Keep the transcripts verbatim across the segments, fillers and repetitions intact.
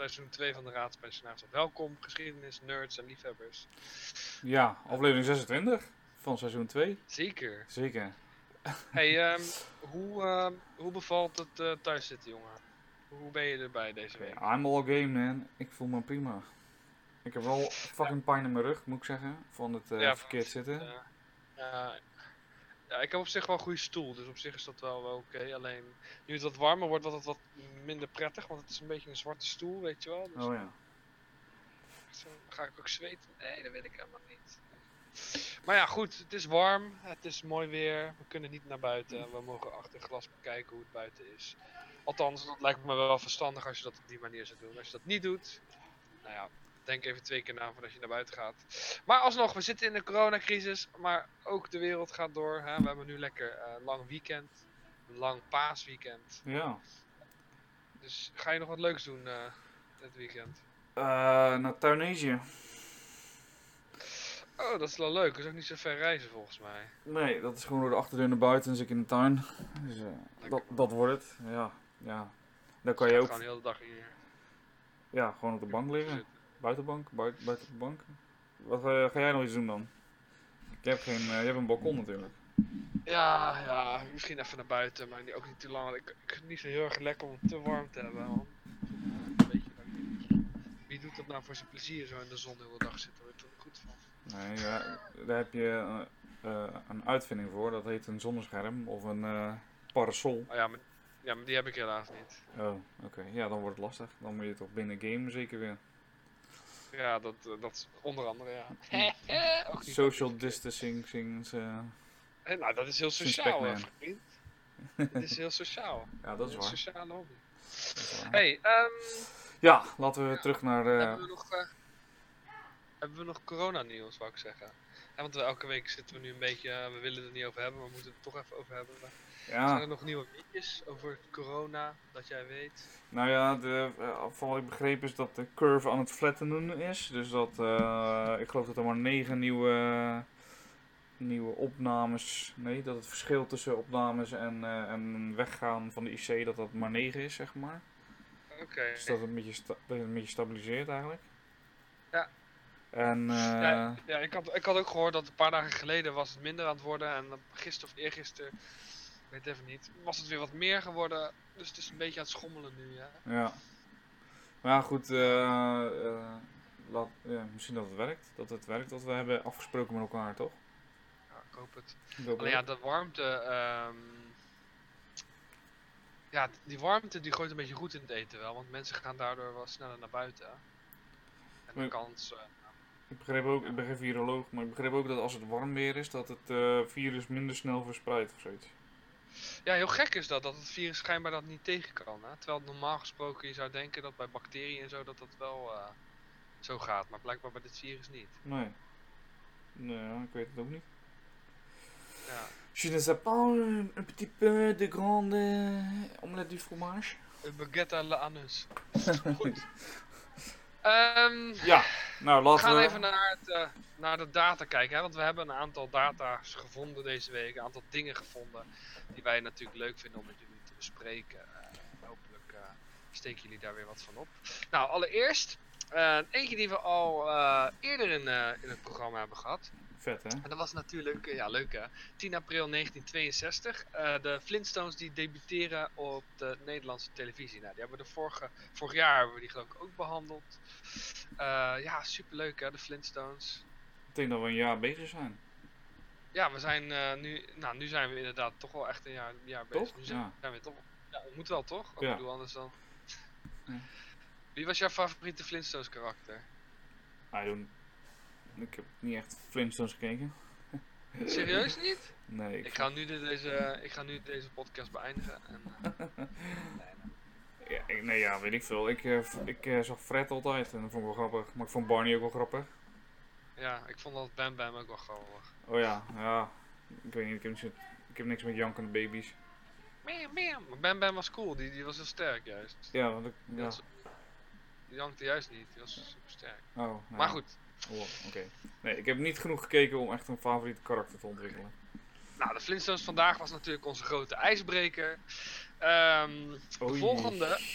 seizoen twee van de Raadspensionaris. Welkom, geschiedenis, nerds en liefhebbers. Ja, aflevering zesentwintig van seizoen twee. Zeker. Zeker. Hey, um, hoe, uh, hoe bevalt het uh, thuiszitten, jongen? Hoe ben je erbij deze week? I'm all game, man. Ik voel me prima. Ik heb wel fucking pijn in mijn rug, moet ik zeggen, van het uh, ja, verkeerd het, zitten. Uh, uh, ja, ik heb op zich wel een goede stoel, dus op zich is dat wel, wel oké. Okay. Alleen, nu het wat warmer wordt, wordt het wat minder prettig, want het is een beetje een zwarte stoel, weet je wel. Dus oh ja. Zo, ga ik ook zweten? Nee, dat wil ik helemaal niet. Maar ja, goed, het is warm, het is mooi weer, we kunnen niet naar buiten. We mogen achter glas bekijken hoe het buiten is. Althans, dat lijkt me wel verstandig als je dat op die manier zou doen. Als je dat niet doet, nou ja, denk even twee keer na voordat je naar buiten gaat. Maar alsnog, we zitten in een coronacrisis, maar ook de wereld gaat door. Hè? We hebben nu lekker een uh, lang weekend, een lang paasweekend. Ja. Dus ga je nog wat leuks doen uh, dit weekend? Uh, naar Tunesië. Oh, dat is wel leuk. Dat is ook niet zo ver reizen volgens mij. Nee, dat is gewoon door de achterdeur naar buiten en zit ik in de tuin. Dus uh, dat, dat wordt het. Ja, ja. Dan kan je ook... gewoon de hele dag hier. Ja, gewoon op de bank liggen. Buitenbank, buiten, buiten de bank. Wat uh, ga jij nog iets doen dan? Je hebt, geen, uh, je hebt een balkon natuurlijk. Ja, ja, misschien even naar buiten, maar ook niet te lang. Ik, ik vind het niet zo heel erg lekker om het te warm te hebben, man. Een beetje, wie doet dat nou voor zijn plezier zo in de zon de hele dag zitten? Daar word je er goed van. Nee, ja, daar heb je uh, uh, een uitvinding voor. Dat heet een zonnescherm of een uh, parasol. Oh ja, maar, ja, maar die heb ik helaas niet. Oh, oké. Okay. Ja, dan wordt het lastig. Dan moet je toch binnen gamen zeker weer. Ja, dat, uh, dat is onder andere, ja. Ook social distancing. Sinds, uh, hey, nou, dat is heel sociaal, hè, vriend. Dat is heel sociaal. Ja, dat is waar. Een sociale hobby. Hey, um, ja, laten we ja, terug naar... Uh, hebben we nog... Uh, Hebben we nog corona-nieuws, wou ik zeggen. Ja, want we, elke week zitten we nu een beetje, uh, we willen het er niet over hebben, maar we moeten het er toch even over hebben. Ja. Zijn er nog nieuwe weetjes over corona, dat jij weet? Nou ja, de, uh, van wat ik begrepen is dat de curve aan het flattenen is. Dus dat, uh, ik geloof dat er maar negen nieuwe, uh, nieuwe opnames, nee, dat het verschil tussen opnames en, uh, en weggaan van de I C, dat dat maar negen is, zeg maar. Oké. Okay. Dus dat het een beetje, sta- dat het een beetje stabiliseert eigenlijk. Ja. En, uh, ja, ja ik, had, ik had ook gehoord dat een paar dagen geleden was het minder aan het worden. En gisteren of eergisteren, ik weet even niet, was het weer wat meer geworden. Dus het is een beetje aan het schommelen nu, hè. Ja. Maar ja, goed, uh, uh, laat, ja, misschien dat het werkt. Dat het werkt wat we hebben afgesproken met elkaar, toch? Ja, ik hoop het. Ik hoop Alleen ja, de warmte, um, ja, die warmte die gooit een beetje goed in het eten wel. Want mensen gaan daardoor wel sneller naar buiten. En de maar, kans... Uh, Ik begreep ook, ik ben geen viroloog, maar ik begreep ook dat als het warm weer is, dat het uh, virus minder snel verspreidt of zoiets. Ja, heel gek is dat, dat het virus schijnbaar dat niet tegen kan. Hè? Terwijl normaal gesproken je zou denken dat bij bacteriën en zo, dat dat wel uh, zo gaat. Maar blijkbaar bij dit virus niet. Nee. Nee, ik weet het ook niet. Ja. Je ne sais pas, un petit peu de grande omelette du fromage. Een baguette à l'anus. Goed. Um, ja, nou laten we... gaan even naar, het, uh, naar de data kijken, hè? Want we hebben een aantal data's gevonden deze week, een aantal dingen gevonden die wij natuurlijk leuk vinden om met jullie te bespreken. Uh, hopelijk uh, steken jullie daar weer wat van op. Nou, allereerst, uh, eentje die we al uh, eerder in, uh, in het programma hebben gehad. Vet, hè? En dat was natuurlijk, uh, ja leuk hè, tien april negentien tweeënzestig. Uh, de Flintstones die debuteren op de Nederlandse televisie. Nou, die hebben we de vorige, vorig jaar hebben we die geloof ik ook behandeld. Uh, ja, superleuk hè, de Flintstones. Ik denk dat we een jaar bezig zijn. Ja, we zijn uh, nu, nou nu zijn we inderdaad toch wel echt een jaar, een jaar bezig. Toch? Nu zijn, ja. zijn we toch, ja, dat moet wel toch? Ook ja. Ik bedoel anders dan. Ja. Wie was jouw favoriete Flintstones karakter? I don't... Ik heb niet echt Flintstones gekeken. Serieus niet? Nee. Ik, ik, ga nu de, deze, ik ga nu deze podcast beëindigen. En, uh, nee, nee. Ja, ik, nee, ja, weet ik veel. Ik, uh, ik uh, zag Fred altijd en dat vond ik wel grappig. Maar ik vond Barney ook wel grappig. Ja, ik vond dat Bam Bam ook wel grappig. Oh ja, ja. Ik weet niet, ik heb, niet zo, ik heb niks met jankende baby's. Bam Bam. Maar Bam Bam was cool, die, die was heel sterk juist. Ja, want ik... Ja. Die, was, die jankte juist niet, die was super sterk. Oh, nou. Maar goed. Oh, oké. Okay. Nee, ik heb niet genoeg gekeken om echt een favoriete karakter te ontwikkelen. Nou, de Flintstones vandaag was natuurlijk onze grote ijsbreker. Um, de volgende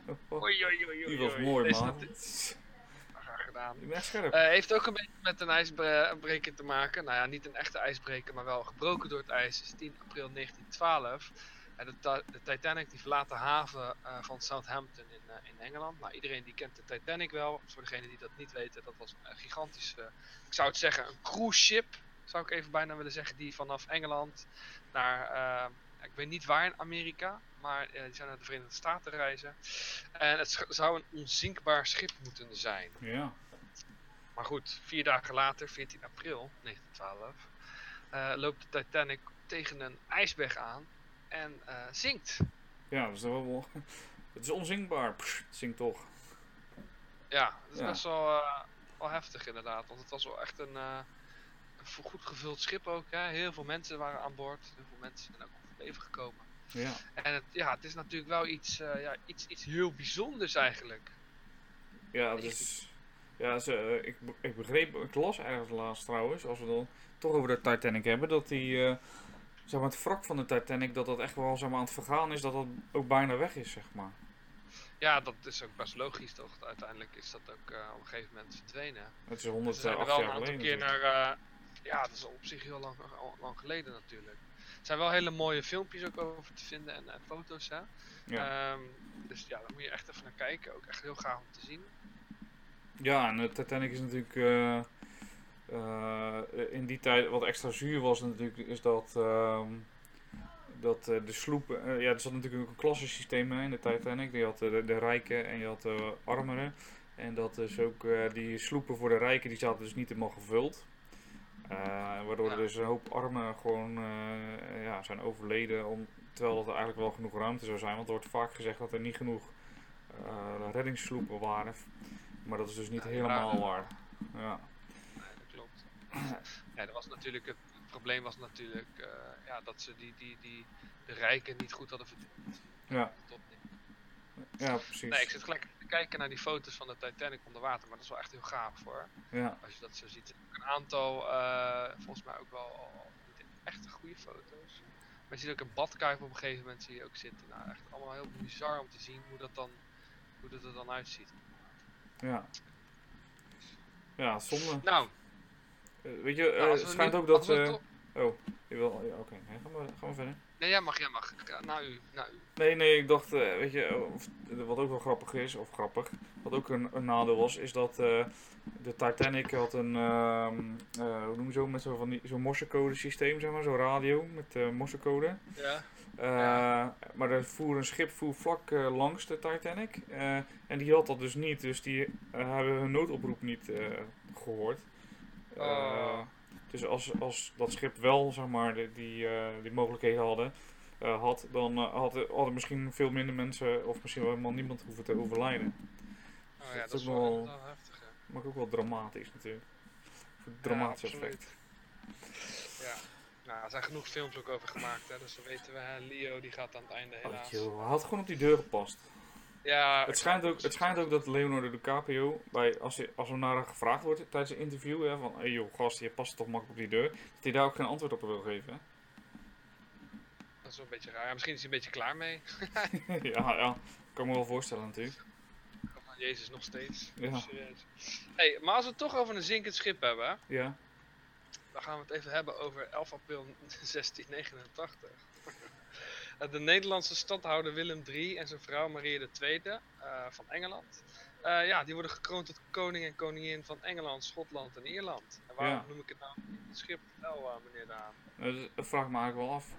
Oei, oei, oei, Die oei, was oei. mooi, Deze man. natu- Graag gedaan. Die ben echt scherp. Eh, heeft ook een beetje met een ijsbreker te maken. Nou ja, niet een echte ijsbreker, maar wel gebroken door het ijs. Het is tien april negentien twaalf. En de, Ti- de Titanic die verlaat de haven eh, van Southampton in, eh, in Engeland. Nou, iedereen die kent de Titanic wel. Voor degenen die dat niet weten, dat was een gigantische, ik zou het zeggen, een cruise ship. Zou ik even bijna willen zeggen, die vanaf Engeland naar, eh, ik weet niet waar in Amerika, maar eh, die zijn naar de Verenigde Staten reizen. En het sch- zou een onzinkbaar schip moeten zijn. Ja. Maar goed, vier dagen later, veertien april negentien twaalf, eh, loopt de Titanic tegen een ijsberg aan en eh, zinkt. Ja, dat is wel... Het is onzinkbaar. Pff, het zinkt toch. Ja, het is Ja. best wel, eh, wel heftig inderdaad, want het was wel echt een, eh, een goed gevuld schip ook. Hè? Heel veel mensen waren aan boord, heel veel mensen zijn ook om het leven gekomen. Ja. En het, ja, het is natuurlijk wel iets, eh, ja, iets, iets heel bijzonders eigenlijk. Ja, dus... Ja, ze, eh, ik, be- ik begreep... Ik las ergens laatst trouwens, als we dan toch over de Titanic hebben, dat die... eh, zeg maar, het wrak van de Titanic, dat dat echt wel zeg maar, aan het vergaan is, dat dat ook bijna weg is, zeg maar. Ja, dat is ook best logisch toch. Uiteindelijk is dat ook eh, op een gegeven moment verdwenen. Het is Ze honderdacht zijn er jaar wel een aantal geleden keer natuurlijk. naar. eh, ja, dat is op zich heel lang, al- lang geleden natuurlijk. Er zijn wel hele mooie filmpjes ook over te vinden en, en foto's. Hè? Ja. Ehm, dus ja, daar moet je echt even naar kijken. Ook echt heel gaaf om te zien. Ja, en de Titanic is natuurlijk... eh, eh, in die tijd, wat extra zuur was natuurlijk, is dat... ehm, dat eh, de sloepen... eh, ja, er zat natuurlijk ook een klassensysteem in de Titanic. Die had eh, de, de rijken en je had de armeren. En dat dus ook eh, die sloepen voor de rijken, die zaten dus niet helemaal gevuld. Eh, waardoor Ja. er dus een hoop armen gewoon eh, ja, zijn overleden. Om, terwijl dat er eigenlijk wel genoeg ruimte zou zijn. Want er wordt vaak gezegd dat er niet genoeg eh, reddingssloepen waren. Maar dat is dus niet Ja, die helemaal waren- waar. Ja. Nee, dat klopt. Ja, dat was natuurlijk het, het probleem was natuurlijk eh, ja, dat ze die, die, die, de rijken niet goed hadden verdiend. Ja. Top niet. Ja, precies. Nee, ik zit gelijk te kijken naar die foto's van de Titanic onder water, maar dat is wel echt heel gaaf hoor. Ja. Als je dat zo ziet. Ook een aantal, eh, volgens mij ook wel al niet echt goede foto's. Maar je ziet ook een badkuip op een gegeven moment zie je ook zitten. Nou, echt allemaal heel bizar om te zien hoe dat dan, hoe dat er dan uitziet. Ja. Ja, zonde. Nou, Eh, weet je, eh, nou als het we schijnt nu- ook dat... als we eh, toch- Oh, je wil... Ja, oké. Nee, gaan, we, gaan we verder. Nee, jij mag, jij mag. Ja, naar u, naar u. Nee, nee, ik dacht, eh, weet je, eh, of, wat ook wel grappig is, of grappig, wat ook een, een nadeel was, is dat eh, de Titanic had een, ehm, eh, hoe noem je zo, met zo'n van die- zo'n morsecode systeem, zeg maar, zo'n radio met uh, morsecode. Ja. Eh, Ja. Maar er voer een schip voer vlak eh, langs de Titanic eh, en die had dat dus niet, dus die eh, hebben hun noodoproep niet eh, gehoord. Eh, Oh. Dus als, als dat schip wel, zeg maar, die, die, eh, die mogelijkheden hadden, uh, had, dan uh, hadden, hadden misschien veel minder mensen, of misschien wel helemaal niemand hoeven te overlijden. Oh ja, dat dat is is ook wel wel- inderdaad heftig. Hè? Maar ook wel dramatisch natuurlijk. Voor het dramatische absoluut. effect. Ja. Nou, er zijn genoeg films ook over gemaakt, hè, dus dan weten we, hè, Leo die gaat aan het einde helaas. Oh, joh, hij had gewoon op die deur gepast. Ja, Het schijnt, ook, het schijnt ook dat Leonardo DiCaprio, bij, als, hij, als er naar hem gevraagd wordt tijdens een interview, hè, van hey joh gast, je past toch makkelijk op die deur, dat hij daar ook geen antwoord op wil geven. Hè? Dat is wel een beetje raar. Ja, misschien is hij een beetje klaar mee. ja, ja, kan me wel voorstellen natuurlijk. Jezus, nog steeds. Ja. Serieus. Hey, maar als we het toch over een zinkend schip hebben, hè, Ja, dan gaan we het even hebben over elf april zestien negenentachtig. De Nederlandse stadhouder Willem de derde en zijn vrouw Maria de tweede uh, van Engeland. Uh, ja, die worden gekroond tot koning en koningin van Engeland, Schotland en Ierland. En waarom Ja. noem ik het nou het schip? Wel, uh, meneer Daan. dat, dat vraag ik me eigenlijk wel af.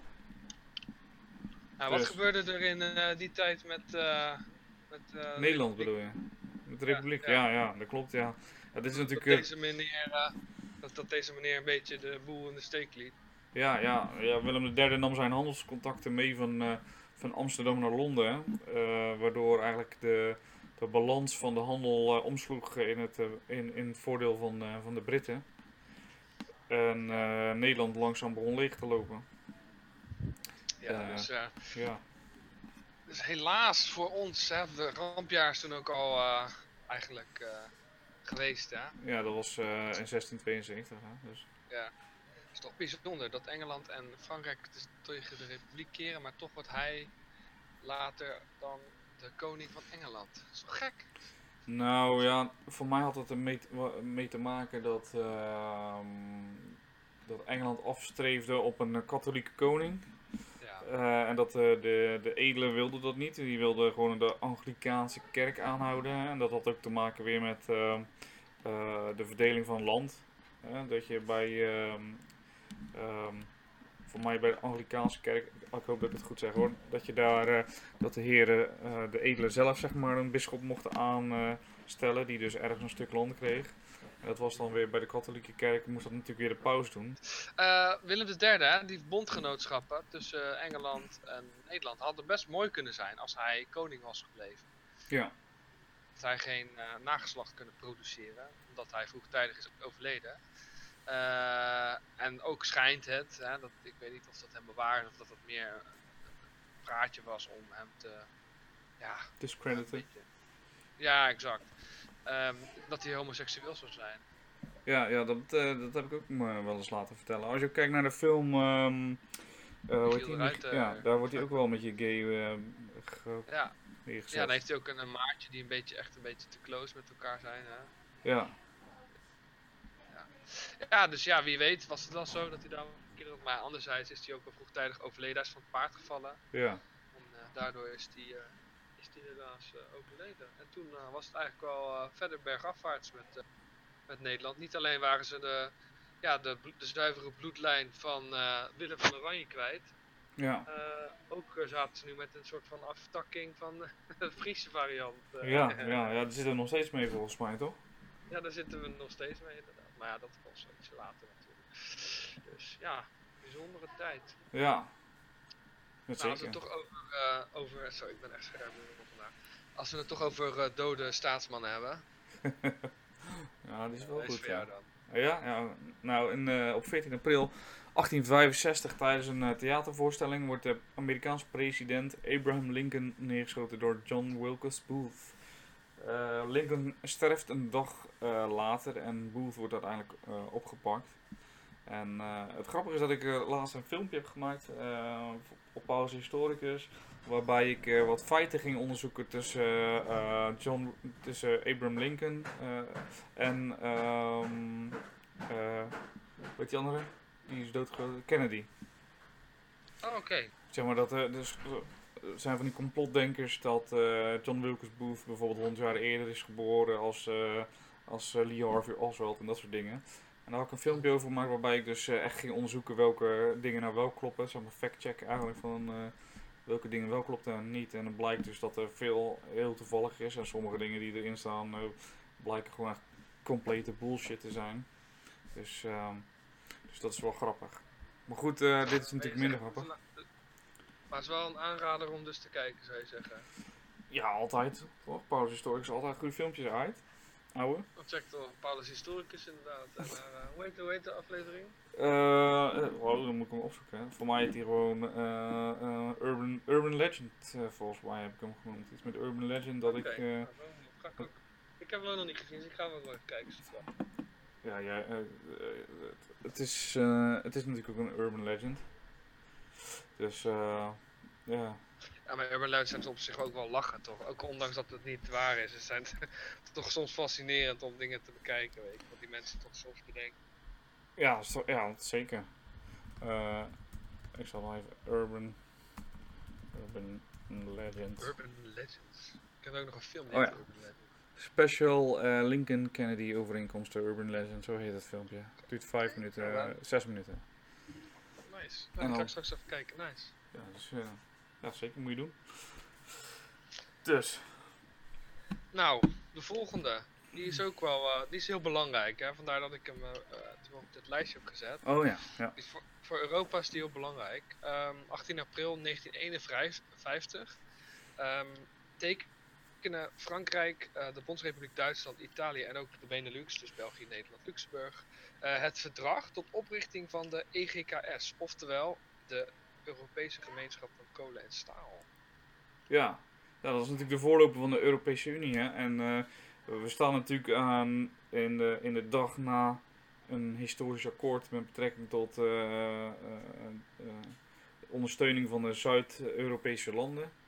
Nou, wat Dus- gebeurde er in uh, die tijd met... Uh, met uh, Nederland Republiek? bedoel je? Met de Republiek? Ja, Ja, ja. ja, dat klopt, ja. ja dit is Dat, natuurlijk... eh, deze meneer, uh, dat, dat deze meneer een beetje de boel in de steek liet. Ja, ja, ja, Willem de derde nam zijn handelscontacten mee van, eh, van Amsterdam naar Londen. eh, waardoor eigenlijk de, de balans van de handel eh, omsloeg in het, eh, in, in het voordeel van, eh, van de Britten. En eh, Nederland langzaam begon leeg te lopen. Ja, Eh, dus, uh, Ja, dus helaas voor ons, hè, de rampjaar is toen ook al uh, eigenlijk uh, geweest. Hè? ja dat was eh, in zestien tweeënzeventig. Hè, dus. Ja. Het is toch bijzonder dat Engeland en Frankrijk dus tegen de Republiek keren, maar toch wordt hij later dan de koning van Engeland. Dat is toch gek? Nou ja, voor mij had het er mee, te- mee te maken dat, ehm, dat Engeland afstreefde op een katholieke koning. Ja. Uh, en dat uh, de, de edelen wilden dat niet. Die wilden gewoon de Anglikaanse kerk aanhouden. En dat had ook te maken weer met uh, uh, de verdeling van land. Uh, dat je bij, uh, um, voor mij bij de Anglikaanse kerk, ik hoop dat ik het goed zeg hoor, dat je daar, uh, dat de heren, uh, de edelen zelf zeg maar een bisschop mochten aanstellen, die dus ergens een stuk land kreeg. En dat was dan weer bij de katholieke kerk, moest dat natuurlijk weer de paus doen. Uh, Willem de derde, hè, die bondgenootschappen tussen Engeland en Nederland hadden best mooi kunnen zijn als hij koning was gebleven. Ja. Dat hij geen uh, nageslacht kunnen produceren, omdat hij vroegtijdig is overleden. Uh, en ook schijnt het, hè, dat, ik weet niet of dat hem bewaart of dat het meer een, een praatje was om hem te... Ja, discrediten. Ja, exact. Um, dat hij homoseksueel zou zijn. Ja, ja dat, uh, dat heb ik ook me wel eens laten vertellen. Als je kijkt naar de film... Um, uh, hoe heet die? Ruiter, ja, daar wordt hij ook wel met je gay uh, ge- ja. neergezet. Ja, dan heeft hij ook een, een maatje die een beetje, echt een beetje te close met elkaar zijn. Hè? Ja. ja. Ja, dus ja, wie weet was het wel zo dat hij dan... Maar anderzijds is hij ook al vroegtijdig overleden. Hij is van het paard gevallen. Ja. En uh, daardoor is hij... Uh, is die helaas uh, overleden. En toen uh, was het eigenlijk wel uh, verder bergafwaarts met, uh, met Nederland. Niet alleen waren ze de, ja, de, de zuivere bloedlijn van uh, Willem van Oranje kwijt. Ja. Uh, ook uh, zaten ze nu met een soort van aftakking van de Friese variant. Uh, ja, ja, ja, daar zitten we nog steeds mee volgens mij, toch? Ja, daar zitten we nog steeds mee inderdaad. Maar ja, dat was iets later natuurlijk. Dus ja, bijzondere tijd. Ja. Nou, als we het toch over, uh, over... Sorry, ik ben echt scherp vandaag. Als we het toch over uh, dode staatsmannen hebben. Ja, die is wel uh, goed. Is voor jou dan. Ja, ja, nou in, uh, op veertien april achttien vijfenzestig tijdens een uh, theatervoorstelling wordt de Amerikaanse president Abraham Lincoln neergeschoten door John Wilkes Booth. Uh, Lincoln sterft een dag uh, later en Booth wordt uiteindelijk uh, opgepakt. En uh, het grappige is dat ik uh, laatst een filmpje heb gemaakt uh, op Paulus Historicus, waarbij ik uh, wat feiten ging onderzoeken tussen, uh, John, tussen Abraham Lincoln uh, en um, uh, weet die andere? Die is doodgeschoten. Kennedy. Oh, oké. Okay. Zeg maar dat er dus, uh, zijn van die complotdenkers dat uh, John Wilkes Booth bijvoorbeeld honderd jaar eerder is geboren als, uh, als uh, Lee Harvey Oswald en dat soort dingen. En daar had ik een filmpje over gemaakt waarbij ik dus uh, echt ging onderzoeken welke dingen nou wel kloppen. Zeg maar fact-check eigenlijk van uh, welke dingen wel kloppen en niet. En het blijkt dus dat er veel heel toevallig is. En sommige dingen die erin staan uh, blijken gewoon echt complete bullshit te zijn. Dus, uh, dus dat is wel grappig. Maar goed, uh, dit is natuurlijk minder grappig. Maar het is wel een aanrader om dus te kijken, zou je zeggen. Ja, altijd. Toch? Paulus Historicus altijd goede filmpjes uit. Ouwe. Check toch, Paulus Historicus inderdaad. En, uh, hoe, heet, hoe heet de aflevering? Uh, uh, wow, dan moet ik hem opzoeken. Voor mij heet hij gewoon uh, uh, Urban, Urban Legend, uh, volgens mij heb ik hem genoemd. Iets met Urban Legend dat okay. ik... Uh, nou, ga ik, ook. Ik heb hem nog niet gezien, dus ik ga wel even kijken. Ja, ja uh, uh, het, is, uh, het is natuurlijk ook een Urban Legend. Dus, uh, ja... Ja, maar Urban Legends zijn op zich ook wel lachen, toch? Ook ondanks dat het niet waar is. Het zijn toch soms fascinerend om dingen te bekijken, weet je. Wat die mensen toch soms bedenken. Ja, so, ja zeker. Uh, ik zal nog even Urban... Urban Legends. Urban Legends. Ik heb ook nog een film die oh, ja. Urban Legends. Special uh, Lincoln Kennedy overeenkomsten Urban Legends, zo heet het filmpje. Het duurt vijf minuten, uh, zes minuten. Nice. Nou, dan ga ik straks even kijken, nice. Ja, dus... Uh, Ja, zeker moet je doen. Dus. Nou, de volgende. Die is ook wel, uh, die is heel belangrijk. Hè? Vandaar dat ik hem uh, op dit lijstje heb gezet. Oh ja. ja. Die voor, voor Europa is die heel belangrijk. Um, achttien april negentien eenenvijftig. Um, tekenen Frankrijk, uh, de Bondsrepubliek Duitsland, Italië en ook de Benelux, dus België, Nederland, Luxemburg. Uh, het verdrag tot oprichting van de E G K S. Oftewel de Europese gemeenschap van kolen en staal. Ja, ja, dat is natuurlijk de voorloper van de Europese Unie. Hè? En uh, we staan natuurlijk aan in de, in de dag na een historisch akkoord met betrekking tot uh, uh, uh, ondersteuning van de Zuid-Europese landen.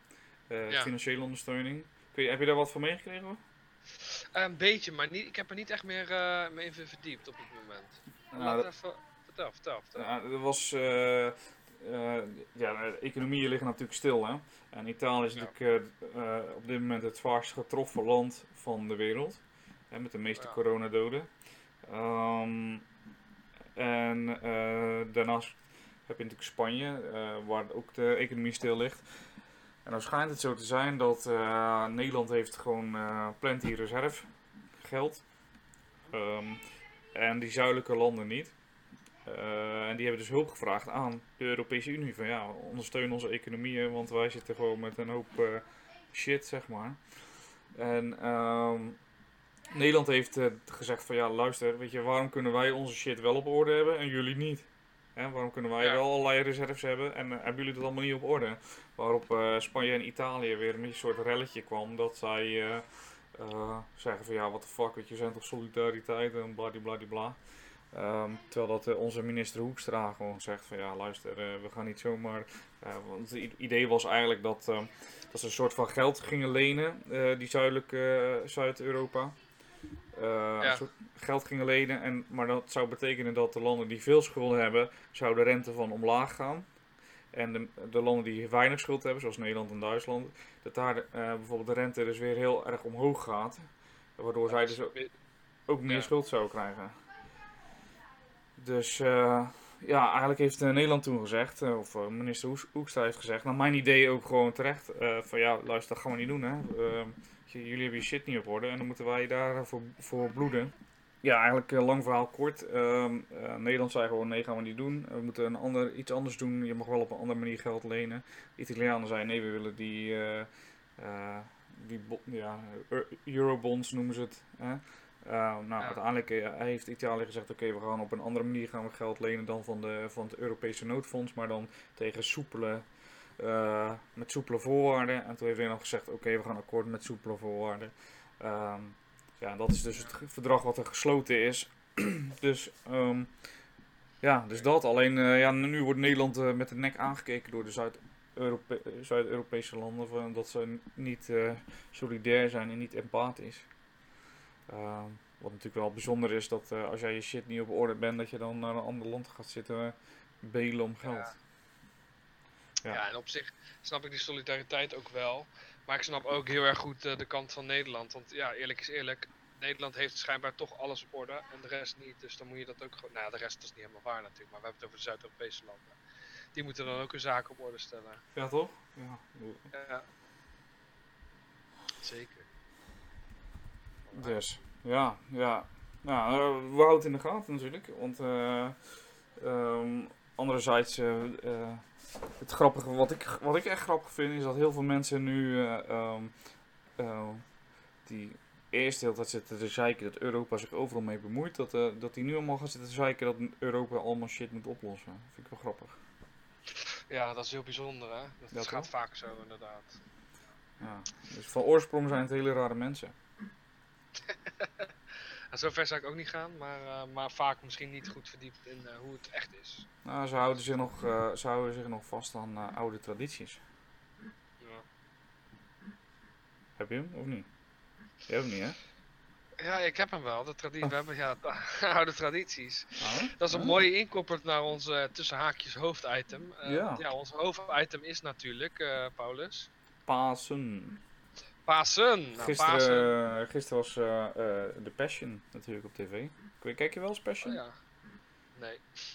Uh, Ja. Financiële ondersteuning. Kun je, heb je daar wat van meegekregen hoor? Uh, een beetje, maar niet, ik heb er niet echt meer uh, mee even verdiept op het moment. Nou, Laat dat, even... Vertel, vertel, vertel. Nou, er was... Uh, uh, ja, de economieën liggen natuurlijk stil, hè. En Italië is ja. natuurlijk uh, uh, op dit moment het zwaarst getroffen land van de wereld. Hè, met de meeste ja. coronadoden. Um, en uh, daarnaast heb je natuurlijk Spanje, uh, waar ook de economie stil ligt. En dan schijnt het zo te zijn dat uh, Nederland heeft gewoon uh, plenty reserve geld. Um, en die zuidelijke landen niet. Uh, en die hebben dus hulp gevraagd aan de Europese Unie. Van ja, ondersteun onze economieën, want wij zitten gewoon met een hoop uh, shit, zeg maar. En um, Nederland heeft uh, gezegd van ja, luister, weet je, waarom kunnen wij onze shit wel op orde hebben en jullie niet? Hè, waarom kunnen wij ja. wel allerlei reserves hebben en uh, hebben jullie dat allemaal niet op orde? Waarop uh, Spanje en Italië weer een soort relletje kwam dat zij uh, uh, zeggen van ja, what the fuck, weet je, we zijn toch solidariteit en bladibladibla. Um, terwijl dat uh, onze minister Hoekstra gewoon zegt van ja, luister, uh, we gaan niet zomaar... Uh, want het idee was eigenlijk dat, uh, dat ze een soort van geld gingen lenen, uh, die zuidelijke uh, Zuid-Europa. Uh, ja. Een soort geld gingen lenen, en, maar dat zou betekenen dat de landen die veel schulden hebben, zou de rente van omlaag gaan. En de, de landen die weinig schuld hebben, zoals Nederland en Duitsland, dat daar uh, bijvoorbeeld de rente dus weer heel erg omhoog gaat. Waardoor ja, zij dus ook, ook meer ja. schuld zouden krijgen. Dus uh, ja, eigenlijk heeft uh, Nederland toen gezegd, uh, of uh, minister Hoes, Hoekstra heeft gezegd, naar mijn idee ook gewoon terecht, uh, van ja, luister, dat gaan we niet doen, hè. Uh, jullie hebben je shit niet op orde en dan moeten wij daarvoor voor bloeden. Ja, eigenlijk uh, lang verhaal kort. Uh, uh, Nederland zei gewoon, nee, gaan we niet doen. We moeten een ander, iets anders doen. Je mag wel op een andere manier geld lenen. De Italianen zeiden, nee, we willen die, uh, uh, die ja, eurobonds noemen ze het, hè. Uh, nou, ja. Uiteindelijk uh, heeft Italië gezegd, oké, okay, we gaan op een andere manier gaan we geld lenen dan van, de, van het Europese noodfonds, maar dan tegen soepele, uh, met soepele voorwaarden. En toen heeft Nederland gezegd, oké, okay, we gaan akkoord met soepele voorwaarden. Um, ja, dat is dus het verdrag wat er gesloten is. dus, um, ja, dus dat. Alleen, uh, ja, nu wordt Nederland uh, met de nek aangekeken door de Zuid-Europe- Zuid-Europese landen, van dat ze niet uh, solidair zijn en niet empathisch. Uh, wat natuurlijk wel bijzonder is, dat uh, als jij je shit niet op orde bent, dat je dan naar een ander land gaat zitten uh, belen om geld. Ja. Ja. ja, en op zich snap ik die solidariteit ook wel. Maar ik snap ook heel erg goed uh, de kant van Nederland. Want ja, eerlijk is eerlijk, Nederland heeft schijnbaar toch alles op orde en de rest niet. Dus dan moet je dat ook gewoon... Nou ja, de rest is niet helemaal waar natuurlijk, maar we hebben het over de Zuid-Europese landen. Die moeten dan ook hun zaken op orde stellen. Ja, toch? Ja. Ja. Zeker. Dus, ja, ja. Nou, uh, we houden het in de gaten natuurlijk. Want uh, um, anderzijds, uh, uh, het grappige, wat ik, wat ik echt grappig vind, is dat heel veel mensen nu, uh, um, uh, die eerst de hele tijd zitten te zeiken dat Europa zich overal mee bemoeit, dat, uh, dat die nu allemaal gaan zitten te zeiken dat Europa allemaal shit moet oplossen. Dat vind ik wel grappig. Ja, dat is heel bijzonder, hè. Dat, dat gaat vaak zo, inderdaad. Ja, dus van oorsprong zijn het hele rare mensen. Zover zou ik ook niet gaan, maar, uh, maar vaak misschien niet goed verdiept in uh, hoe het echt is. Nou, ze houden zich nog, uh, ze houden zich nog vast aan uh, oude tradities. Ja. Heb je hem of niet? Je hebt hem niet, hè? Ja, ik heb hem wel. De traditie, oh. We hebben ja, oude tradities. Oh? Dat is een oh. mooie inkoppert naar onze uh, tussen haakjes hoofditem. Uh, ja. ja, ons hoofditem is natuurlijk, uh, Paulus. Pasen. Pasen. Nou, gisteren, Pasen. Uh, gisteren was uh, uh, The Passion natuurlijk op tv. Kijk je wel eens Passion? Oh, ja. Nee.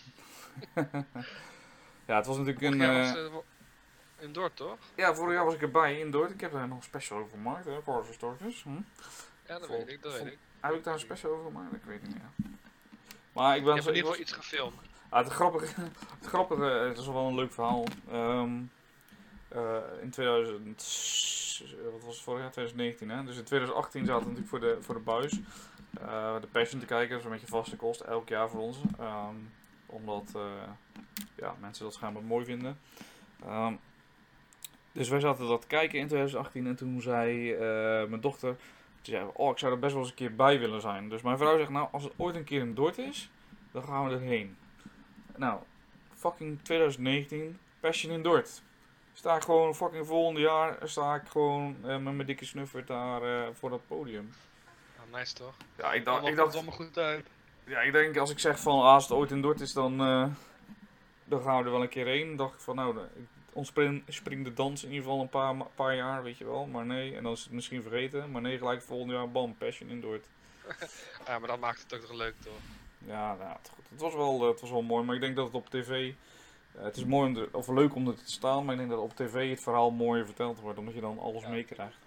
Ja, het was natuurlijk een... Uh, was, uh, in Dordt, toch? Ja, vorig jaar was ik erbij in Dordt. Ik heb daar nog een special over gemaakt, hè, voor Storkers. Hm? Ja, dat Vol, weet ik, dat vol, weet ik. Heb ik daar een special over gemaakt? Ik weet niet meer. Maar ik ben... Je hebt in ieder geval iets gefilmd. Ah, het grappige, het grappige, het is wel een leuk verhaal. Um, uh, in tweeduizend... Wat was het vorig jaar? twintig negentien, hè? Dus in twintig achttien zaten we natuurlijk voor de, voor de buis. Uh, de Passion te kijken, dat is een beetje vaste kost, elk jaar voor ons. Um, omdat uh, ja, mensen dat schijnbaar mooi vinden. Um, dus wij zaten dat te kijken in twintig achttien en toen zei uh, mijn dochter... Toen zei oh, ik zou er best wel eens een keer bij willen zijn. Dus mijn vrouw zegt, nou, als het ooit een keer in Dordt is, dan gaan we erheen. Nou, fucking twintig negentien, Passion in Dordt. sta ik gewoon fucking volgend jaar, sta ik gewoon uh, met mijn dikke snuffer daar uh, voor dat podium. Oh, nice toch? Ja, ik dacht, allemaal ik dacht, komt allemaal goed uit. Ja, ik denk als ik zeg van als het ooit in Dort is, dan, uh, dan gaan we er wel een keer heen. Dan dacht ik van nou, ons springt de dans in ieder geval een paar, paar jaar, weet je wel. Maar nee, en dan is het misschien vergeten. Maar nee, gelijk volgend jaar, bam, Passion in Dort. Ja, maar dat maakt het ook nog leuk toch? Ja, nou, het, het, was wel, uh, het was wel mooi, maar ik denk dat het op tv... Uh, het is mooi om er, of leuk om er te staan, maar ik denk dat op tv het verhaal mooier verteld wordt, omdat je dan alles ja, meekrijgt.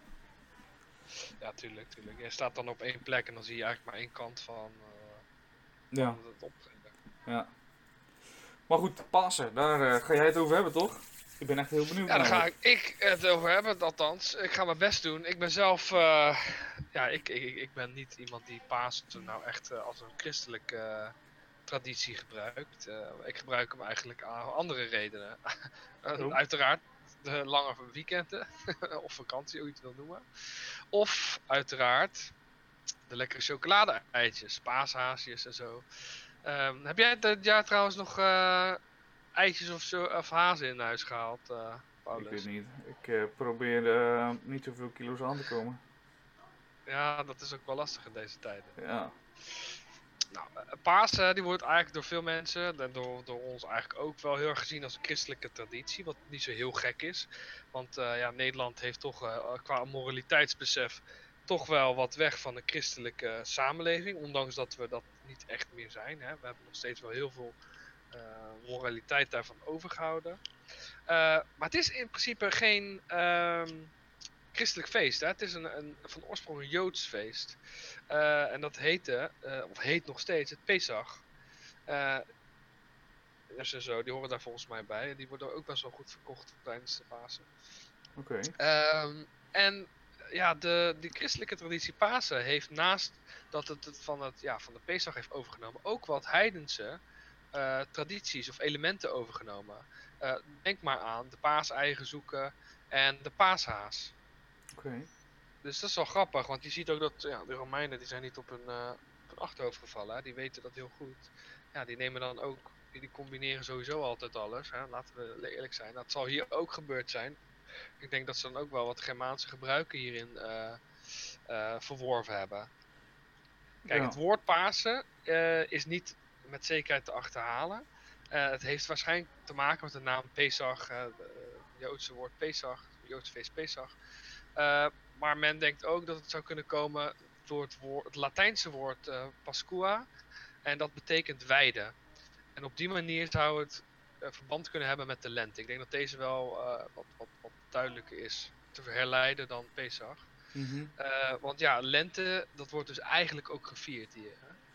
Ja, tuurlijk, tuurlijk. Je staat dan op één plek en dan zie je eigenlijk maar één kant van, uh, ja. van het optreden. Ja. Maar goed, Pasen, daar uh, ga jij het over hebben, toch? Ik ben echt heel benieuwd. Ja, daar ga ik, ik het over hebben, althans. Ik ga mijn best doen. Ik ben zelf, uh, ja, ik, ik, ik ben niet iemand die Pasen nou echt uh, als een christelijke uh, traditie gebruikt. Uh, ik gebruik hem eigenlijk aan andere redenen. uh, uiteraard de lange weekenden, of vakantie, hoe je het wil noemen. Of uiteraard de lekkere chocolade-eitjes, paashaasjes en zo. Um, heb jij dit jaar trouwens nog uh, eitjes of, zo, of hazen in huis gehaald, uh, Paulus? Ik weet niet. Ik uh, probeer uh, niet zoveel kilo's aan te komen. Ja, dat is ook wel lastig in deze tijden. Ja. Nou, Pasen die wordt eigenlijk door veel mensen, en door, door ons eigenlijk ook wel heel erg gezien als een christelijke traditie, wat niet zo heel gek is. Want uh, ja, Nederland heeft toch uh, qua moraliteitsbesef toch wel wat weg van een christelijke samenleving, ondanks dat we dat niet echt meer zijn. Hè. We hebben nog steeds wel heel veel uh, moraliteit daarvan overgehouden. Uh, maar het is in principe geen uh, christelijk feest. Hè. Het is een, een, van oorsprong een Joods feest. Uh, en dat heette, uh, of heet nog steeds, het Pesach. Uh, dus en zo, die horen daar volgens mij bij. En die worden ook best wel goed verkocht tijdens de Pasen. Oké. Okay. Um, en ja, de, de christelijke traditie Pasen heeft naast dat het, het van, het ja, van de Pesach heeft overgenomen, ook wat heidense uh, tradities of elementen overgenomen. Uh, denk maar aan de paaseigen zoeken en de paashaas. Oké. Okay. Dus dat is wel grappig, want je ziet ook dat ja, de Romeinen die zijn niet op hun, uh, op hun achterhoofd gevallen. Hè? Die weten dat heel goed. Ja, die nemen dan ook, die, die combineren sowieso altijd alles. Hè? Laten we eerlijk zijn. Dat zal hier ook gebeurd zijn. Ik denk dat ze dan ook wel wat Germaanse gebruiken hierin uh, uh, verworven hebben. Kijk, ja. Het woord Pasen uh, is niet met zekerheid te achterhalen. Uh, het heeft waarschijnlijk te maken met de naam Pesach, uh, het Joodse woord Pesach, het Joodse feest Pesach. Uh, maar men denkt ook dat het zou kunnen komen door het, woord, het Latijnse woord uh, Pascua. En dat betekent weide. En op die manier zou het uh, verband kunnen hebben met de lente. Ik denk dat deze wel uh, wat, wat, wat duidelijker is te herleiden dan Pesach. Mm-hmm. Uh, want ja, lente, dat wordt dus eigenlijk ook gevierd hier.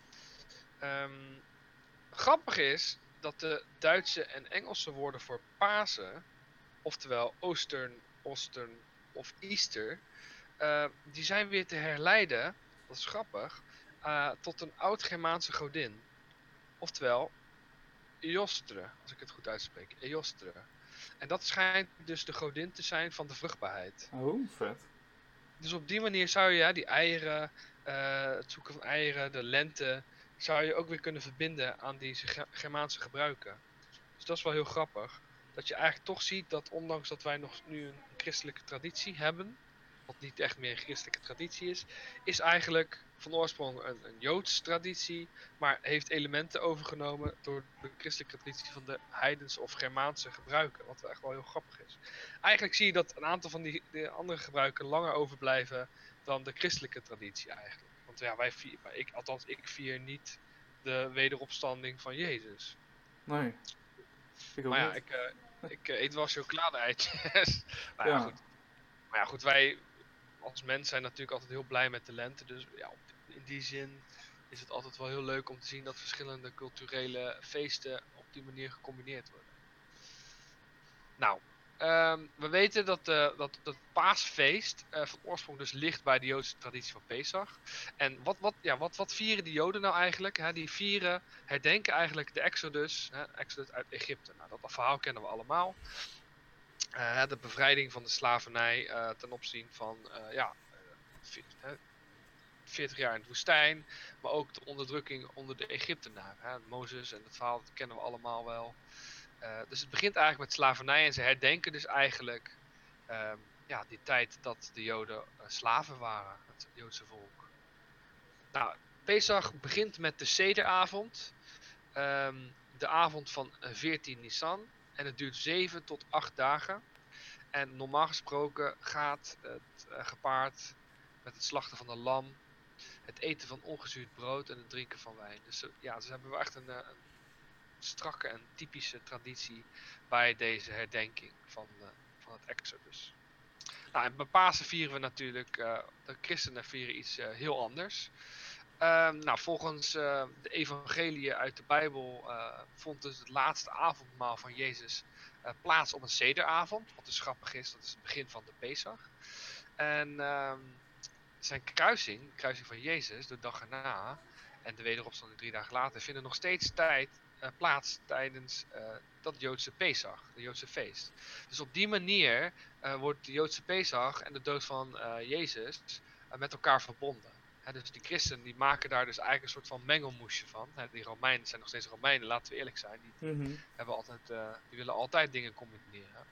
Um, grappig is dat de Duitse en Engelse woorden voor Pasen, oftewel Oostern, Ostern of Easter, uh, die zijn weer te herleiden, dat is grappig, uh, tot een oud-Germaanse godin. Oftewel Eostre, als ik het goed uitspreek. Eostre. En dat schijnt dus de godin te zijn van de vruchtbaarheid. Oh, vet. Dus op die manier zou je ja, die eieren, uh, het zoeken van eieren, de lente, zou je ook weer kunnen verbinden aan die Germaanse gebruiken. Dus dat is wel heel grappig. Dat je eigenlijk toch ziet dat ondanks dat wij nog nu een christelijke traditie hebben, wat niet echt meer een christelijke traditie is, is eigenlijk van oorsprong een, een Joods traditie, maar heeft elementen overgenomen door de christelijke traditie van de heidense of Germaanse gebruiken, wat echt wel heel grappig is. Eigenlijk zie je dat een aantal van die, die andere gebruiken langer overblijven dan de christelijke traditie eigenlijk. Want ja, wij vier, ik, althans ik vier niet de wederopstanding van Jezus. Nee. Ik ook maar ja, niet. ik, uh, ik uh, eet wel chocolade-eitjes. nou ja, ja. goed. Maar ja, goed, wij als mens zijn natuurlijk altijd heel blij met de lente. Dus ja, in die zin is het altijd wel heel leuk om te zien dat verschillende culturele feesten op die manier gecombineerd worden. Nou, um, we weten dat, uh, dat het paasfeest uh, van oorsprong dus ligt bij de Joodse traditie van Pesach. En wat, wat, ja, wat, wat vieren die Joden nou eigenlijk? Hè, die vieren, herdenken eigenlijk de Exodus, hè, Exodus uit Egypte. Nou, dat verhaal kennen we allemaal. Uh, de bevrijding van de slavernij uh, ten opzien van uh, ja, uh, veertig jaar in de woestijn, maar ook de onderdrukking onder de Egyptenaren. Hè. Mozes en het verhaal dat kennen we allemaal wel. Uh, dus het begint eigenlijk met slavernij en ze herdenken dus eigenlijk uh, ja, die tijd dat de Joden uh, slaven waren, het Joodse volk. Nou, Pesach begint met de sederavond, um, de avond van veertien Nisan en het duurt zeven tot acht dagen. En normaal gesproken gaat het uh, gepaard met het slachten van een lam, het eten van ongezuurd brood en het drinken van wijn. Dus uh, ja, ze hebben wel echt een, uh, een strakke en typische traditie bij deze herdenking van, uh, van het Exodus. Nou, en bij Pasen vieren we natuurlijk, uh, de christenen vieren iets uh, heel anders. Uh, nou, volgens uh, de evangeliën uit de Bijbel uh, vond dus het laatste avondmaal van Jezus uh, plaats op een sederavond. Wat dus grappig is, dat is het begin van de Pesach. En uh, zijn kruising, de kruising van Jezus, de dag erna en de wederopstanding drie dagen later, vinden nog steeds tijd, uh, plaats tijdens uh, dat Joodse Pesach, de Joodse feest. Dus op die manier uh, wordt de Joodse Pesach en de dood van uh, Jezus uh, met elkaar verbonden. He, dus die christenen die maken daar dus eigenlijk een soort van mengelmoesje van. He, die Romeinen zijn nog steeds Romeinen, laten we eerlijk zijn. Die, Mm-hmm. hebben altijd, uh, die willen altijd dingen combineren.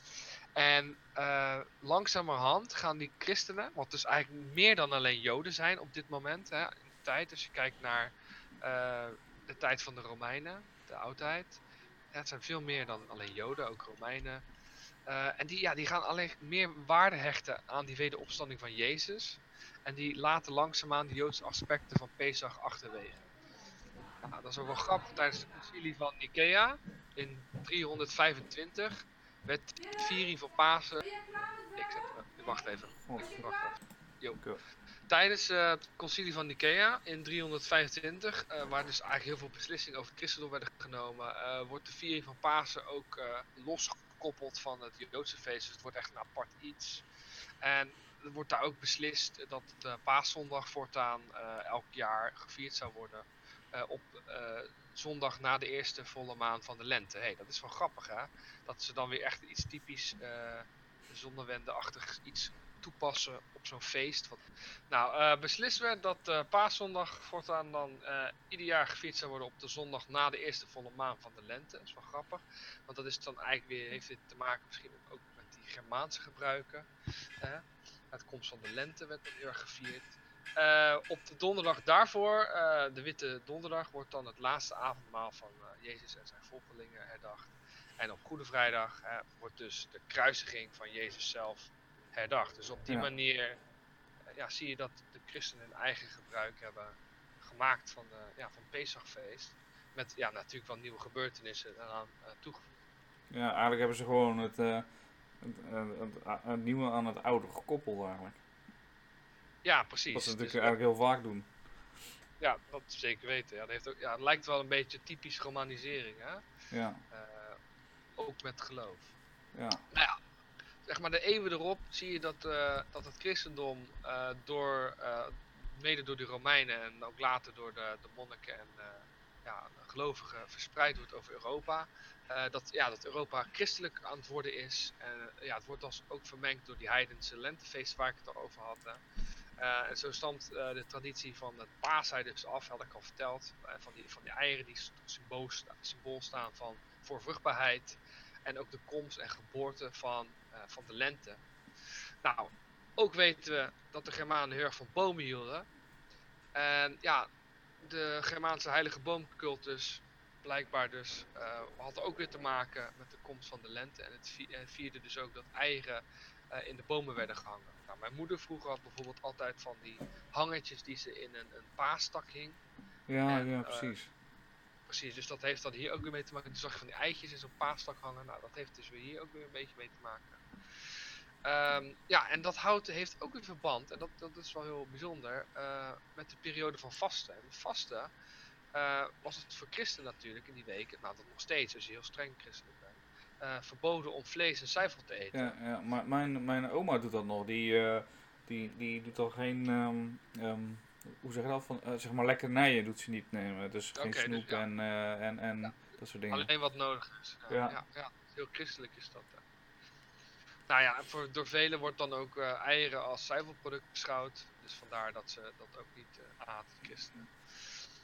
En uh, langzamerhand gaan die christenen, wat dus eigenlijk meer dan alleen Joden zijn op dit moment, hè, in de tijd. Als je kijkt naar uh, de tijd van de Romeinen, de oudheid. Ja, het zijn veel meer dan alleen Joden, ook Romeinen. Uh, en die, ja, die gaan alleen meer waarde hechten aan die wederopstanding van Jezus. En die laten langzaamaan de Joodse aspecten van Pesach achterwege. Nou, dat is ook wel grappig. Tijdens de concilie van Nicea in driehonderdvijfentwintig werd de viering van Pasen... Ik zet hem, wacht even. Wacht even. Yo. Tijdens uh, het concilie van Nicea in driehonderdvijfentwintig, uh, waar dus eigenlijk heel veel beslissingen over het christendom werden genomen, uh, wordt de viering van Pasen ook uh, losgekoppeld van het Joodse feest. Dus het wordt echt een apart iets. En er wordt daar ook beslist dat de paaszondag voortaan uh, elk jaar gevierd zou worden uh, op uh, zondag na de eerste volle maan van de lente. Hey, dat is wel grappig, hè? Dat ze dan weer echt iets typisch uh, zonnewendeachtig iets toepassen op zo'n feest. Wat... Nou, uh, beslist werd dat uh, paaszondag voortaan dan uh, ieder jaar gevierd zou worden op de zondag na de eerste volle maan van de lente. Dat is wel grappig, want dat is dan eigenlijk weer, heeft dit te maken misschien ook met die Germaanse gebruiken. Uh, het komst van de lente werd dan heel erg gevierd. Uh, op de donderdag daarvoor, uh, de witte donderdag, wordt dan het laatste avondmaal van uh, Jezus en zijn volgelingen herdacht. En op Goede Vrijdag uh, wordt dus de kruisiging van Jezus zelf herdacht. Dus op die ja. manier uh, ja, zie je dat de christenen hun eigen gebruik hebben gemaakt van, de, ja, van Pesachfeest. Met ja, natuurlijk wel nieuwe gebeurtenissen eraan uh, toegevoegd. Ja, eigenlijk hebben ze gewoon het, uh, het, uh, het, het nieuwe aan het oude gekoppeld eigenlijk. Ja, precies. Wat ze natuurlijk dus, eigenlijk heel vaak doen. Ja, dat zeker weten. Ja, dat heeft ook, ja, het lijkt wel een beetje typisch romanisering, hè? Ja. Uh, ook met geloof. Ja. Nou ja, zeg maar de eeuwen erop zie je dat, uh, dat het christendom uh, door, uh, mede door de Romeinen en ook later door de, de monniken en uh, ja, gelovigen verspreid wordt over Europa. Uh, dat, ja, dat Europa christelijk aan het worden is. En uh, ja, het wordt als ook vermengd door die heidense lentefeest waar ik het al over had. Hè. Uh, en zo stamt uh, de traditie van het paasei dus af, had ik al verteld. Uh, van, die, van die eieren die symbool, symbool staan van voor vruchtbaarheid. En ook de komst en geboorte van, uh, van de lente. Nou, ook weten we dat de Germanen heel erg van bomen hielden. En ja, de Germaanse heilige boomcultus, blijkbaar dus, uh, had ook weer te maken met de komst van de lente. En het vierde dus ook dat eieren uh, in de bomen werden gehangen. Nou, mijn moeder vroeger had bijvoorbeeld altijd van die hangertjes die ze in een, een paastak hing. Ja, en, ja, uh, precies. Precies, dus dat heeft dan hier ook weer mee te maken. Toen zag je van die eitjes in zo'n paastak hangen. Nou, dat heeft dus weer hier ook weer een beetje mee te maken. Um, ja, en dat houdt, heeft ook een verband, en dat, dat is wel heel bijzonder, uh, met de periode van vasten. En vasten uh, was het voor christenen natuurlijk in die weken, nou dat nog steeds, als je heel streng christelijk bent, uh, verboden om vlees en zuivel te eten. Ja, ja, maar mijn, mijn oma doet dat nog. Die, uh, die, die doet al geen, um, um, hoe zeg je dat, van, uh, zeg maar lekkernijen doet ze niet nemen. Dus geen okay, snoep dus, ja. en, uh, en, en ja. dat soort dingen. Alleen wat nodig is. Uh, ja. Ja, ja, heel christelijk is dat. Uh. Nou ja, voor, door velen wordt dan ook uh, eieren als zuivelproduct beschouwd. Dus vandaar dat ze dat ook niet uh, aten, christenen.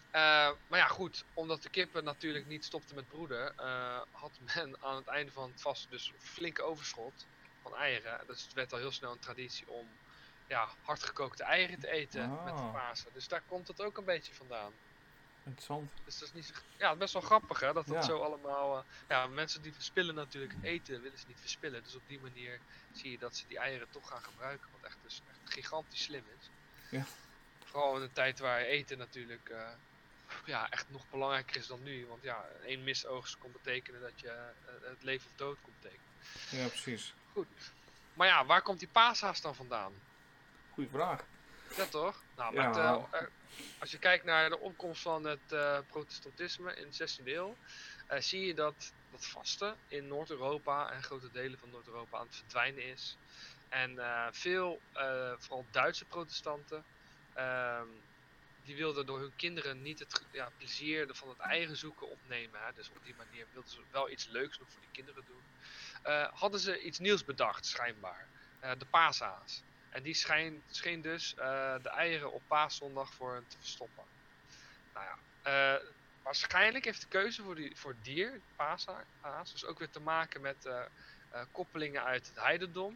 Uh, maar ja, goed, omdat de kippen natuurlijk niet stopten met broeden, uh, had men aan het einde van het vast dus flinke overschot van eieren. Dus het werd al heel snel een traditie om ja, hardgekookte eieren te eten Ah. met de Pasen. Dus daar komt het ook een beetje vandaan. Interessant. Dus dat is niet zo, ja, best wel grappig hè, dat dat ja. zo allemaal... Uh, ja, mensen die verspillen natuurlijk eten, willen ze niet verspillen. Dus op die manier zie je dat ze die eieren toch gaan gebruiken, wat echt, dus echt gigantisch slim is. Ja. Vooral in een tijd waar eten natuurlijk... Uh, ja, echt nog belangrijker is dan nu. Want ja, één misoogst kon betekenen dat je uh, het leven of dood kon betekenen. Ja, precies. Goed. Maar ja, waar komt die paashaas dan vandaan? Goeie vraag. Ja, toch? Nou, ja. met, uh, uh, als je kijkt naar de opkomst van het uh, protestantisme in de zestiende eeuw, uh, zie je dat dat vasten in Noord-Europa en grote delen van Noord-Europa aan het verdwijnen is. En uh, veel, uh, vooral Duitse protestanten, uh, die wilden door hun kinderen niet het ja, plezier van het eigen zoeken opnemen. Hè? Dus op die manier wilden ze wel iets leuks nog voor die kinderen doen. Uh, hadden ze iets nieuws bedacht, schijnbaar. Uh, de paashaas. En die schijn, scheen dus uh, de eieren op paaszondag voor hen te verstoppen. Nou ja, uh, waarschijnlijk heeft de keuze voor, die, voor het dier, de paashaas, dus ook weer te maken met uh, uh, koppelingen uit het heidendom.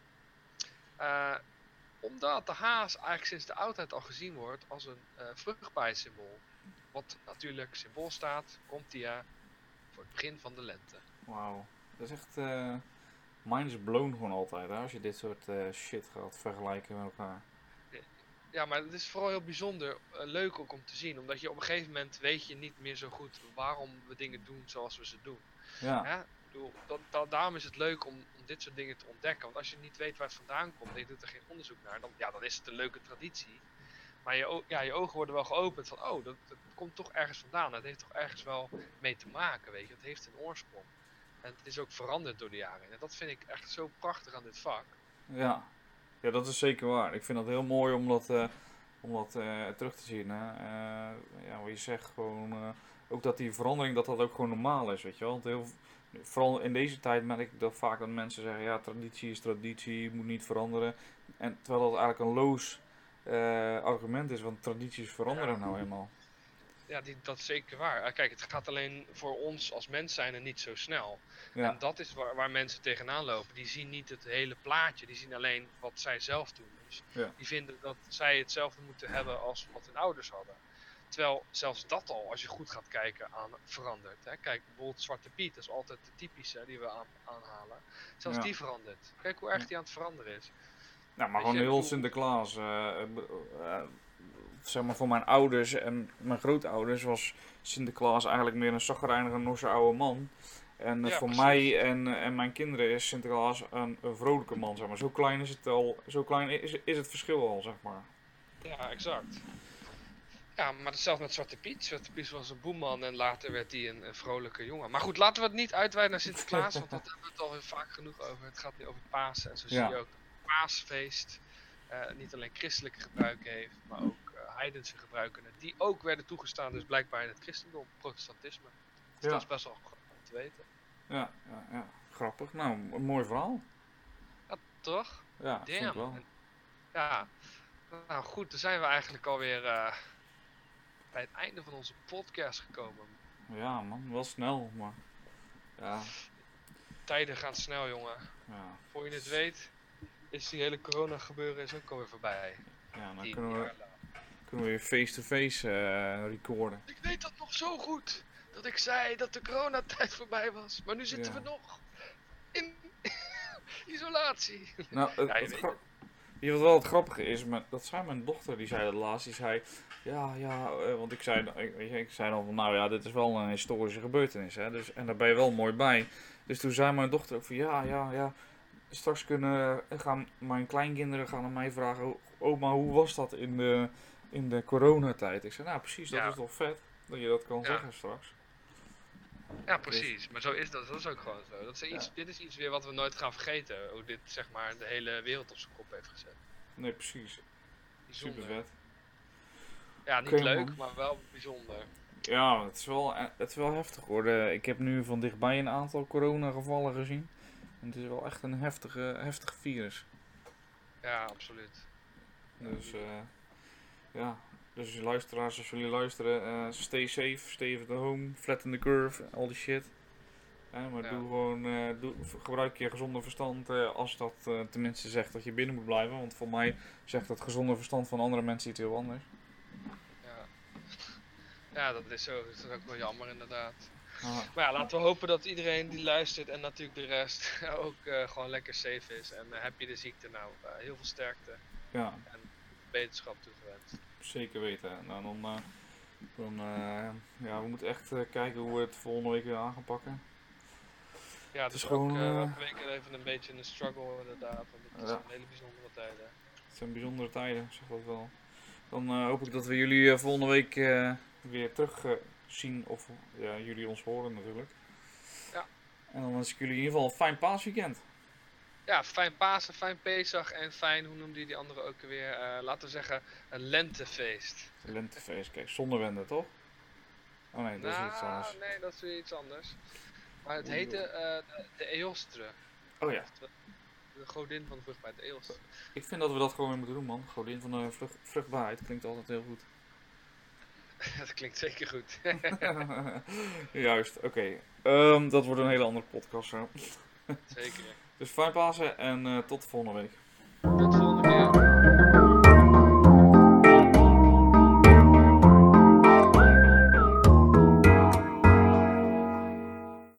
Uh, Omdat de haas eigenlijk sinds de oudheid al gezien wordt als een uh, vruchtbaarheidssymbool. Wat natuurlijk symbool staat, komt hij uh, voor het begin van de lente. Wauw, dat is echt uh, mind is blown gewoon altijd, hè, als je dit soort uh, shit gaat vergelijken met elkaar. Ja, maar het is vooral heel bijzonder, uh, leuk ook om te zien. Omdat je op een gegeven moment weet je niet meer zo goed waarom we dingen doen zoals we ze doen. Ja. Ja? Bedoel, dat, dat, daarom is het leuk om, om dit soort dingen te ontdekken. Want als je niet weet waar het vandaan komt en je doet er geen onderzoek naar, dan, ja, dan is het een leuke traditie. Maar je, ja, je ogen worden wel geopend van, oh, dat, dat komt toch ergens vandaan. Dat heeft toch ergens wel mee te maken, weet je. Het heeft een oorsprong. En het is ook veranderd door de jaren. En dat vind ik echt zo prachtig aan dit vak. Ja, ja, dat is zeker waar. Ik vind dat heel mooi om dat, uh, om dat uh, terug te zien. Hè. Uh, ja, wat je zegt, gewoon, uh, ook dat die verandering, dat dat ook gewoon normaal is, weet je wel. Want heel, vooral in deze tijd merk ik dat vaak dat mensen zeggen, ja, traditie is traditie, moet niet veranderen. En terwijl dat eigenlijk een loos uh, argument is, want tradities veranderen nou eenmaal. Ja, die, dat is zeker waar. Kijk, het gaat alleen voor ons als mens zijn en niet zo snel. Ja. En dat is waar, waar mensen tegenaan lopen. Die zien niet het hele plaatje, die zien alleen wat zij zelf doen. Dus ja. die vinden dat zij hetzelfde moeten hebben als wat hun ouders hadden. Terwijl zelfs dat al, als je goed gaat kijken, aan verandert. Hè? Kijk, bijvoorbeeld Zwarte Piet, dat is altijd de typische die we aan, aanhalen. Zelfs ja. die verandert. Kijk hoe erg ja. die aan het veranderen is. Nou, maar Weet gewoon heel Sinterklaas. Uh, uh, zeg maar voor mijn ouders en mijn grootouders was Sinterklaas eigenlijk meer een chagrijnige, norse oude man. En uh, ja, voor precies. mij en, uh, en mijn kinderen is Sinterklaas een, een vrolijke man, zeg maar. Zo klein is het al, zo klein is, is het verschil al, zeg maar. Ja, exact. Ja, maar hetzelfde met Zwarte Piet. Zwarte Piet was een boeman en later werd hij een, een vrolijke jongen. Maar goed, laten we het niet uitweiden naar Sinterklaas, want daar hebben we het al heel vaak genoeg over. Het gaat nu over Pasen en zo ja. zie je ook dat het paasfeest uh, niet alleen christelijke gebruiken heeft, maar ook uh, heidense gebruiken. Die ook werden toegestaan, dus blijkbaar in het christendom, protestantisme. Dus ja. dat is best wel grappig om te weten. Ja, ja, ja, grappig. Nou, een mooi verhaal. Ja, toch? Ja, vind ik wel. En, ja, nou goed, dan zijn we eigenlijk alweer uh, bij het einde van onze podcast gekomen. Ja man, wel snel, maar ja. Tijden gaan snel, jongen. Ja. Voor je het weet, is die hele corona gebeuren is ook alweer voorbij. Ja, dan kunnen we, kunnen we weer face-to-face uh, recorden. Ik weet dat nog zo goed, dat ik zei dat de coronatijd voorbij was, maar nu zitten ja. we nog in isolatie. Nou, het, ja, je, het gra- je wat wel het grappige is, maar dat zei mijn dochter, die zei dat laatst, die zei, ja, ja, uh, want ik zei, ik, ik zei dan van, nou ja, dit is wel een historische gebeurtenis, hè, dus, en daar ben je wel mooi bij. Dus toen zei mijn dochter ook van, ja, ja, ja, straks kunnen, gaan mijn kleinkinderen gaan aan mij vragen, oma, hoe was dat in de, in de coronatijd? Ik zei, nou precies, dat ja. is toch vet, dat je dat kan ja. zeggen straks. Ja, precies. Maar zo is dat. Dat is ook gewoon zo. Dat is iets, ja. Dit is iets weer wat we nooit gaan vergeten. Hoe dit, zeg maar, de hele wereld op zijn kop heeft gezet. Nee, precies. Bijzonder. Super vet. Ja, niet okay, leuk, man. Maar wel bijzonder. Ja, het is wel, het is wel heftig hoor. De, ik heb nu van dichtbij een aantal coronagevallen gezien. En het is wel echt een heftige, heftig virus. Ja, absoluut. Dus, uh, ja. Dus luisteraars, als jullie luisteren, uh, stay safe, stay at home, flatten the curve, al die shit. Uh, maar ja. doe gewoon, uh, doe, gebruik je gezonde verstand uh, als dat uh, tenminste zegt dat je binnen moet blijven. Want voor mij zegt het gezonde verstand van andere mensen iets heel anders. Ja, ja dat is zo. Dat is ook wel jammer inderdaad. Ah. Maar ja, laten we hopen dat iedereen die luistert en natuurlijk de rest ook uh, gewoon lekker safe is. En uh, heb je de ziekte nou, uh, heel veel sterkte. Ja. En beterschap toegewenst. Zeker weten. Nou, dan, uh, dan uh, ja, we moeten echt uh, kijken hoe we het volgende week weer aan gaan pakken. Ja, het is, is gewoon, ook uh, elke week even een beetje een struggle inderdaad. Want het ja. zijn hele bijzondere tijden. Het zijn bijzondere tijden, zeg dat wel. Dan uh, hoop ik dat we jullie uh, volgende week uh, weer terug uh, zien. Of ja, jullie ons horen natuurlijk. Ja. En dan wens ik jullie in ieder geval een fijn paasweekend. Ja, fijn Pasen, fijn Pesach en fijn, hoe noemde je die andere ook weer? Uh, laten we zeggen, een lentefeest. Een lentefeest, kijk, zonder wende toch? Oh nee, dat nou, is iets anders. Nee, dat is weer iets anders. Maar het heette uh, de, de Eostre. Oh ja. De godin van de vruchtbaarheid, de Eostre. Ik vind dat we dat gewoon weer moeten doen, man. Godin van de vrucht, vruchtbaarheid klinkt altijd heel goed. Dat klinkt zeker goed. Juist, oké. Okay. Um, dat wordt een hele andere podcast zo. Zeker. Dus fijn Pasen en uh, tot de volgende week. Tot volgende week.